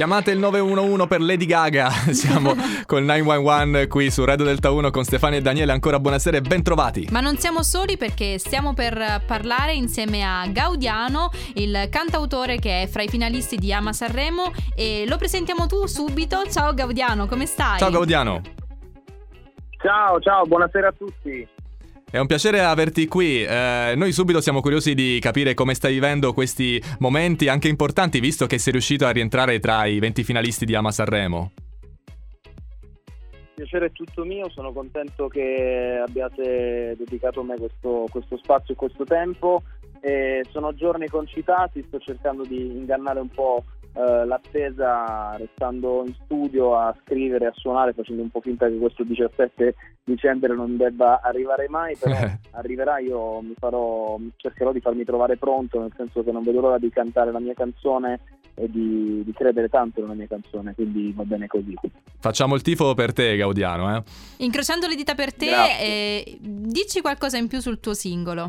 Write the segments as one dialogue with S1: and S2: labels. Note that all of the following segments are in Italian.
S1: chiamate il 911 per Lady Gaga. Siamo col 911 qui su Radio Delta 1 con Stefania e Daniele. Ancora buonasera e bentrovati.
S2: Ma non siamo soli, perché stiamo per parlare insieme a Gaudiano, il cantautore che è fra i finalisti di Ama Sanremo, e lo presentiamo tu subito. Ciao Gaudiano, come stai?
S1: Ciao Gaudiano.
S3: Ciao, buonasera a tutti.
S1: È un piacere averti qui. Noi subito siamo curiosi di capire come stai vivendo questi momenti anche importanti, visto che sei riuscito a rientrare tra i 20 finalisti di Ama Sanremo.
S3: Il piacere è tutto mio, sono contento che abbiate dedicato a me questo spazio e questo tempo. Sono giorni concitati, sto cercando di ingannare un po' l'attesa, restando in studio a scrivere, a suonare, facendo un po' finta che questo 17 dicembre non debba arrivare mai, però arriverà. Io cercherò di farmi trovare pronto, nel senso che non vedo l'ora di cantare la mia canzone e di credere tanto nella mia canzone, quindi va bene così.
S1: Facciamo il tifo per te, Gaudiano.
S2: Incrociando le dita per te, dici qualcosa in più sul tuo singolo.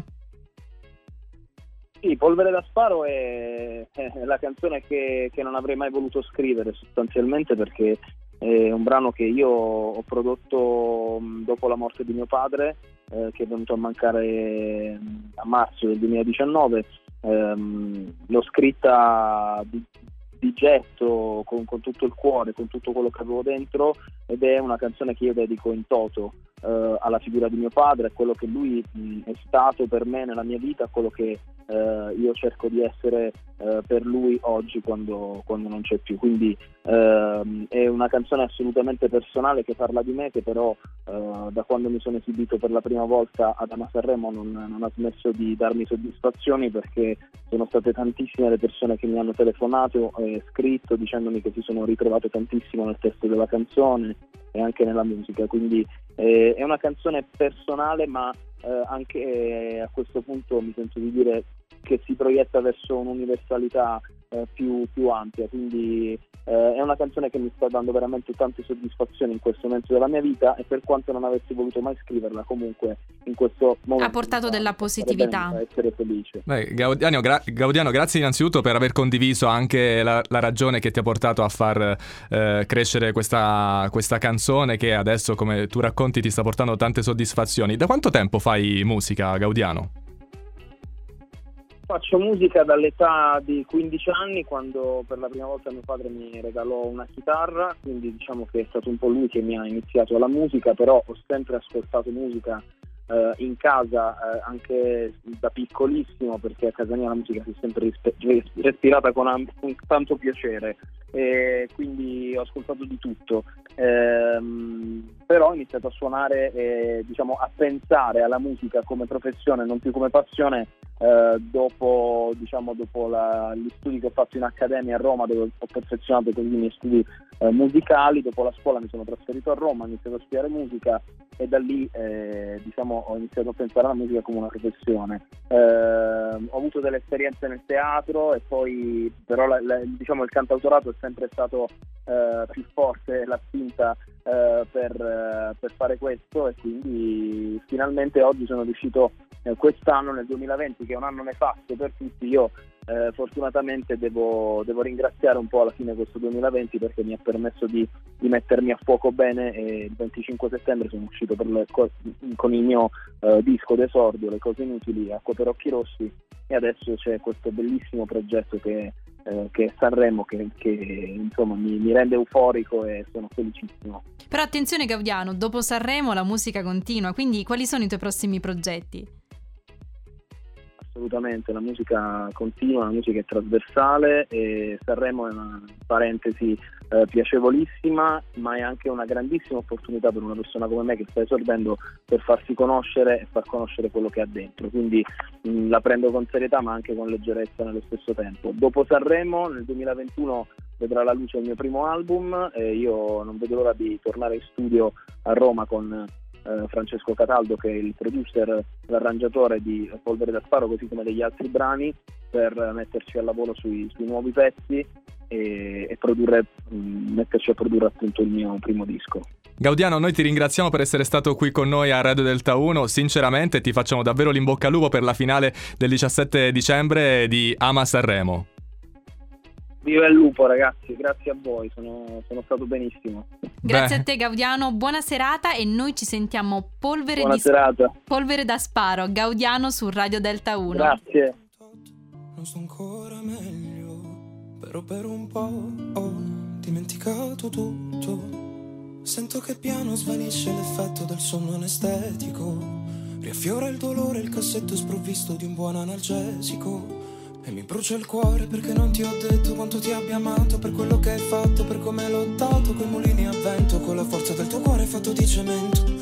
S3: Sì, Polvere da sparo è la canzone che non avrei mai voluto scrivere, sostanzialmente, perché è un brano che io ho prodotto dopo la morte di mio padre, che è venuto a mancare a marzo del 2019. L'ho scritta di getto, con tutto il cuore, con tutto quello che avevo dentro, ed è una canzone che io dedico in toto alla figura di mio padre, a quello che lui è stato per me nella mia vita, a quello che io cerco di essere per lui oggi quando non c'è più. Quindi è una canzone assolutamente personale, che parla di me, che però da quando mi sono esibito per la prima volta ad Ama Sanremo non ha smesso di darmi soddisfazioni, perché sono state tantissime le persone che mi hanno telefonato e scritto dicendomi che si sono ritrovate tantissimo nel testo della canzone e anche nella musica. Quindi è una canzone personale, ma anche a questo punto mi sento di dire che si proietta verso un'universalità più ampia. Quindi è una canzone che mi sta dando veramente tante soddisfazioni in questo momento della mia vita, e per quanto non avessi voluto mai scriverla, comunque in questo momento
S2: ha portato della positività.
S3: Essere felice.
S1: Gaudiano, grazie innanzitutto per aver condiviso anche la ragione che ti ha portato a far crescere questa canzone, che adesso, come tu racconti, ti sta portando tante soddisfazioni. Da quanto tempo fai musica, Gaudiano?
S3: Faccio musica dall'età di 15 anni, quando per la prima volta mio padre mi regalò una chitarra, quindi diciamo che è stato un po' lui che mi ha iniziato alla musica, però ho sempre ascoltato musica in casa, anche da piccolissimo, perché a casa mia la musica si è sempre respirata con tanto piacere, e quindi ho ascoltato di tutto. Però ho iniziato a suonare e a pensare alla musica come professione, non più come passione, dopo gli studi che ho fatto in accademia a Roma, dove ho perfezionato così i miei studi musicali. Dopo la scuola mi sono trasferito a Roma, ho iniziato a studiare musica, e da lì ho iniziato a pensare alla musica come una professione. Ho avuto delle esperienze nel teatro, e poi però il cantautorato è sempre stato più forte, la spinta per fare questo, e quindi finalmente oggi sono riuscito, quest'anno, nel 2020, che è un anno nefasto per tutti. Io fortunatamente devo ringraziare un po' alla fine questo 2020, perché mi ha permesso di mettermi a fuoco bene, e il 25 settembre sono uscito con il mio disco d'esordio, Le cose inutili, Acqua per occhi rossi, e adesso c'è questo bellissimo progetto che è Sanremo, che insomma mi rende euforico, e sono felicissimo.
S2: Però attenzione Gaudiano, dopo Sanremo la musica continua, quindi quali sono i tuoi prossimi progetti?
S3: Assolutamente, la musica continua, la musica è trasversale, e Sanremo è una parentesi piacevolissima, ma è anche una grandissima opportunità per una persona come me, che sta esordendo, per farsi conoscere e far conoscere quello che ha dentro. Quindi la prendo con serietà, ma anche con leggerezza nello stesso tempo. Dopo Sanremo, nel 2021 vedrà la luce il mio primo album, e io non vedo l'ora di tornare in studio a Roma con Francesco Cataldo, che è il producer, l'arrangiatore di Polvere da sparo, così come degli altri brani, per metterci al lavoro sui nuovi pezzi e metterci a produrre appunto il mio primo disco.
S1: Gaudiano, noi ti ringraziamo per essere stato qui con noi a Radio Delta 1, sinceramente ti facciamo davvero l'in bocca al lupo per la finale del 17 dicembre di Ama Sanremo.
S3: Viva il lupo, ragazzi, grazie a voi, sono stato benissimo.
S2: Grazie a te Gaudiano, buona serata, e noi ci sentiamo polvere da sparo, Gaudiano su Radio Delta 1.
S3: Grazie.
S4: Non sto ancora meglio, però per un po' ho dimenticato tutto. Sento che piano svanisce l'effetto del sonno anestetico, riaffiora il dolore il cassetto sprovvisto di un buon analgesico. E mi brucia il cuore perché non ti ho detto quanto ti abbia amato, per quello che hai fatto, per come hai lottato coi mulini a vento, con la forza del tuo cuore fatto di cemento.